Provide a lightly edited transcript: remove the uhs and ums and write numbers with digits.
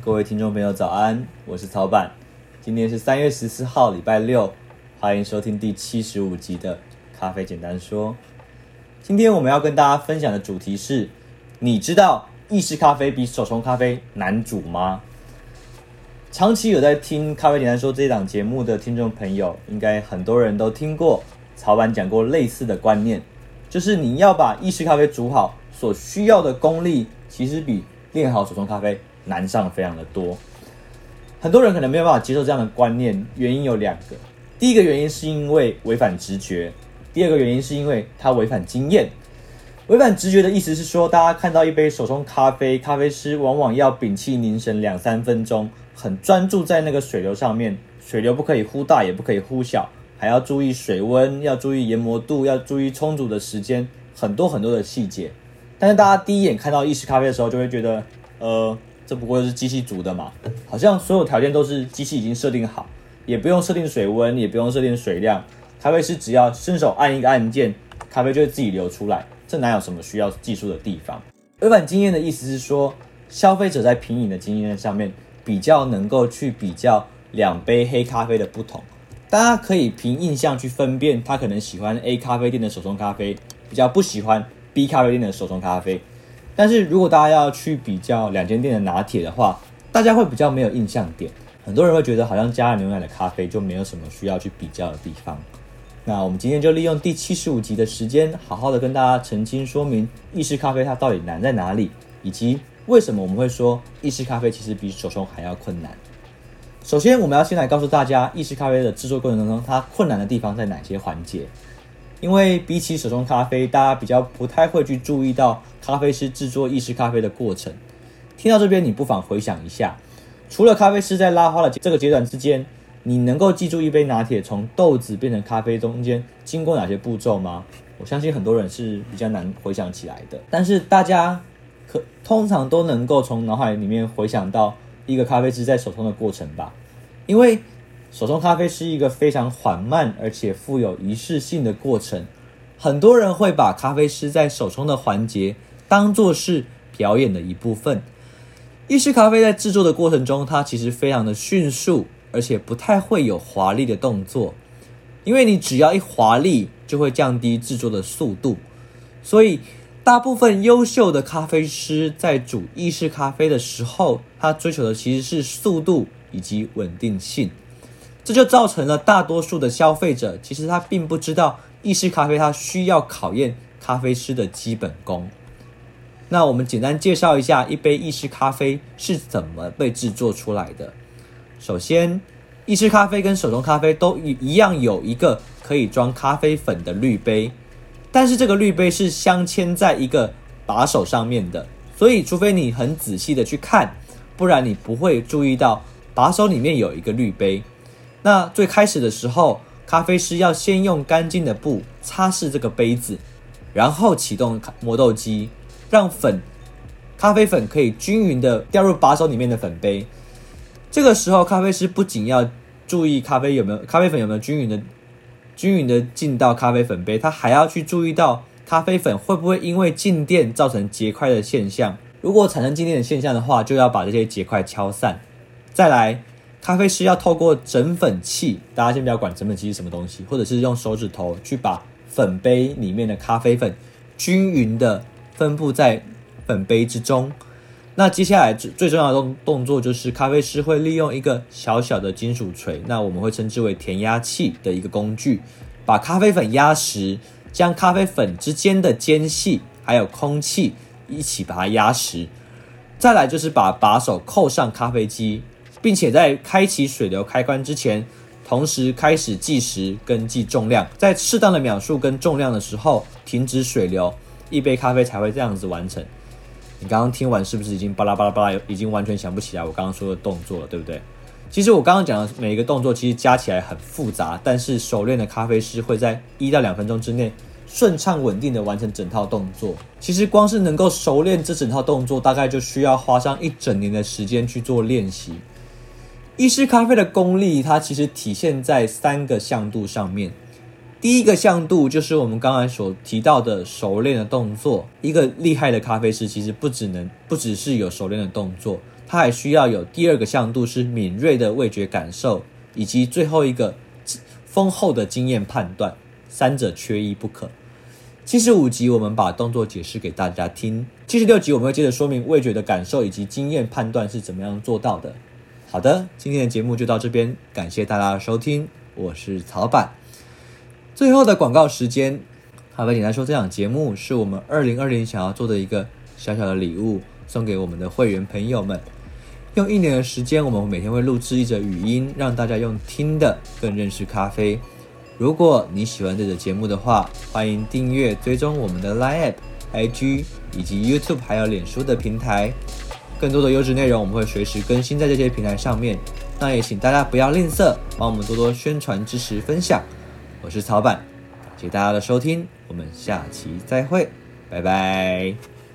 各位听众朋友早安，我是曹板。今天是3月14号礼拜六，欢迎收听第75集的咖啡简单说。今天我们要跟大家分享的主题是：你知道意式咖啡比手冲咖啡难煮吗？长期有在听咖啡简单说这一档节目的听众朋友，应该很多人都听过曹板讲过类似的观念，就是你要把意式咖啡煮好所需要的功力，其实比练好手冲咖啡难上非常的多。很多人可能没有办法接受这样的观念，原因有2个。第一个原因是因为违反直觉，第二个原因是因为它违反经验。违反直觉的意思是说，大家看到一杯手冲咖啡，咖啡师往往要屏气凝神2-3分钟，很专注在那个水流上面，水流不可以忽大也不可以忽小，还要注意水温，要注意研磨度，要注意冲煮的时间，很多的细节。但是大家第一眼看到意式咖啡的时候，就会觉得这不过是机器煮的嘛，好像所有条件都是机器已经设定好，也不用设定水温，也不用设定水量，咖啡师只要伸手按一个按键，咖啡就会自己流出来，这哪有什么需要技术的地方。违反经验的意思是说，消费者在品饮的经验上面比较能够去比较2杯黑咖啡的不同，大家可以凭印象去分辨他可能喜欢 A 咖啡店的手冲咖啡，比较不喜欢 B 咖啡店的手冲咖啡。但是如果大家要去比较2间店的拿铁的话，大家会比较没有印象点，很多人会觉得好像加了牛奶的咖啡就没有什么需要去比较的地方。那我们今天就利用第75集的时间，好好的跟大家澄清说明意式咖啡它到底难在哪里，以及为什么我们会说意式咖啡其实比手冲还要困难。首先我们要先来告诉大家意式咖啡的制作过程当中它困难的地方在哪些环节。因为比起手冲咖啡，大家比较不太会去注意到咖啡师制作意式咖啡的过程。听到这边，你不妨回想一下，除了咖啡师在拉花的这个阶段之间，你能够记住一杯拿铁从豆子变成咖啡中间经过哪些步骤吗？我相信很多人是比较难回想起来的。但是大家通常都能够从脑海里面回想到一个咖啡师在手冲的过程吧，因为手冲咖啡是一个非常缓慢而且富有仪式性的过程，很多人会把咖啡师在手冲的环节当作是表演的一部分。意式咖啡在制作的过程中，它其实非常的迅速，而且不太会有华丽的动作，因为你只要一华丽就会降低制作的速度，所以大部分优秀的咖啡师在煮意式咖啡的时候，他追求的其实是速度以及稳定性。这就造成了大多数的消费者其实他并不知道意式咖啡它需要考验咖啡师的基本功。那我们简单介绍一下一杯意式咖啡是怎么被制作出来的。首先，意式咖啡跟手冲咖啡都一样有一个可以装咖啡粉的滤杯，但是这个滤杯是镶嵌在一个把手上面的，所以除非你很仔细的去看，不然你不会注意到把手里面有一个滤杯。那最开始的时候，咖啡师要先用干净的布擦拭这个杯子，然后启动磨豆机，让咖啡粉可以均匀的掉入把手里面的粉杯。这个时候，咖啡师不仅要注意咖啡粉有没有均匀的进到咖啡粉杯，他还要去注意到咖啡粉会不会因为静电造成结块的现象。如果产生静电的现象的话，就要把这些结块敲散。再来，咖啡师要透过整粉器，大家先不要管整粉器是什么东西，或者是用手指头去把粉杯里面的咖啡粉均匀的分布在粉杯之中。那接下来最重要的动作就是咖啡师会利用一个小小的金属锤，那我们会称之为填压器的一个工具，把咖啡粉压实，将咖啡粉之间的间隙还有空气一起把它压实。再来就是把把手扣上咖啡机，并且在开启水流开关之前，同时开始计时跟计重量，在适当的秒数跟重量的时候停止水流，一杯咖啡才会这样子完成。你刚刚听完是不是已经巴拉巴拉巴拉，已经完全想不起来我刚刚说的动作了，对不对？其实我刚刚讲的每一个动作其实加起来很复杂，但是熟练的咖啡师会在1到2分钟之内顺畅稳定的完成整套动作。其实光是能够熟练这整套动作，大概就需要花上1整年的时间去做练习。意式咖啡的功力，它其实体现在3个向度上面。第一个向度就是我们刚才所提到的熟练的动作。一个厉害的咖啡师其实不只是有熟练的动作， 它还需要有第二个向度是敏锐的味觉感受，以及最后一个丰厚的经验判断，三者缺一不可。75集我们把动作解释给大家听，76集我们会接着说明味觉的感受以及经验判断是怎么样做到的。好的，今天的节目就到这边，感谢大家的收听，我是曹板。最后的广告时间，咖啡简单说这档节目是我们2020想要做的一个小小的礼物，送给我们的会员朋友们。用1年的时间，我们每天会录制一则语音，让大家用听的更认识咖啡。如果你喜欢这个节目的话，欢迎订阅追踪我们的 Line、IG 以及 YouTube 还有脸书的平台。更多的优质内容我们会随时更新在这些平台上面，那也请大家不要吝啬，帮我们多多宣传支持分享。我是曹板，感谢大家的收听，我们下期再会，拜拜。